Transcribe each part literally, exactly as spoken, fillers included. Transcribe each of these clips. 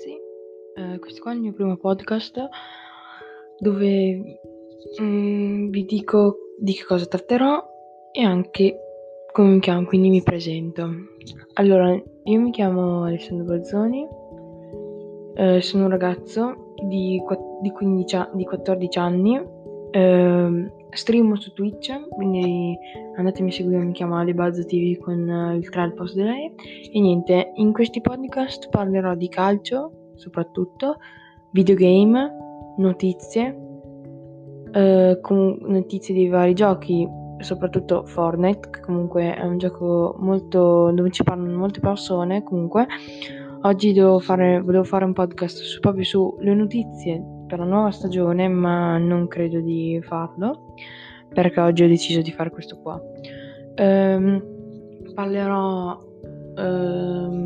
ragazzi, eh, questo qua è il mio primo podcast dove mm, vi dico di che cosa tratterò e anche come mi chiamo, quindi mi presento. Allora, io mi chiamo Alessandro Bazzoni, eh, sono un ragazzo di, qua- di, quindici a- di quattordici anni, eh, streamo su Twitch, quindi andatemi a seguire, mi chiamo Alibazzo T V con eh, il tre al posto di lei. E niente, in questi podcast parlerò di calcio, soprattutto, videogame, notizie, eh, com- notizie di vari giochi, soprattutto Fortnite, che comunque è un gioco molto dove ci parlano molte persone. Comunque, oggi devo fare, volevo fare un podcast su, proprio sulle notizie per la nuova stagione, ma non credo di farlo, perché oggi ho deciso di fare questo qua. Ehm, parlerò ehm,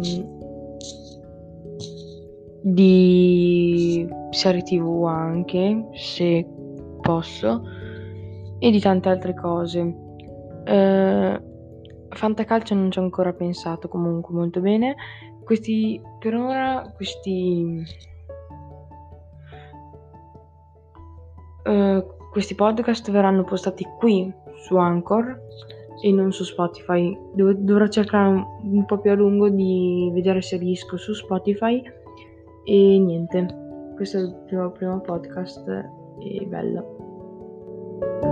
di serie tv anche, se posso, e di tante altre cose. Eh, Fantacalcio non ci ho ancora pensato, comunque molto bene. Questi, per ora, questi eh, questi podcast verranno postati qui su Anchor e non su Spotify. Dov- dovrò cercare un, un po' più a lungo di vedere se riesco su Spotify. E niente, questo è il primo, primo podcast e bello.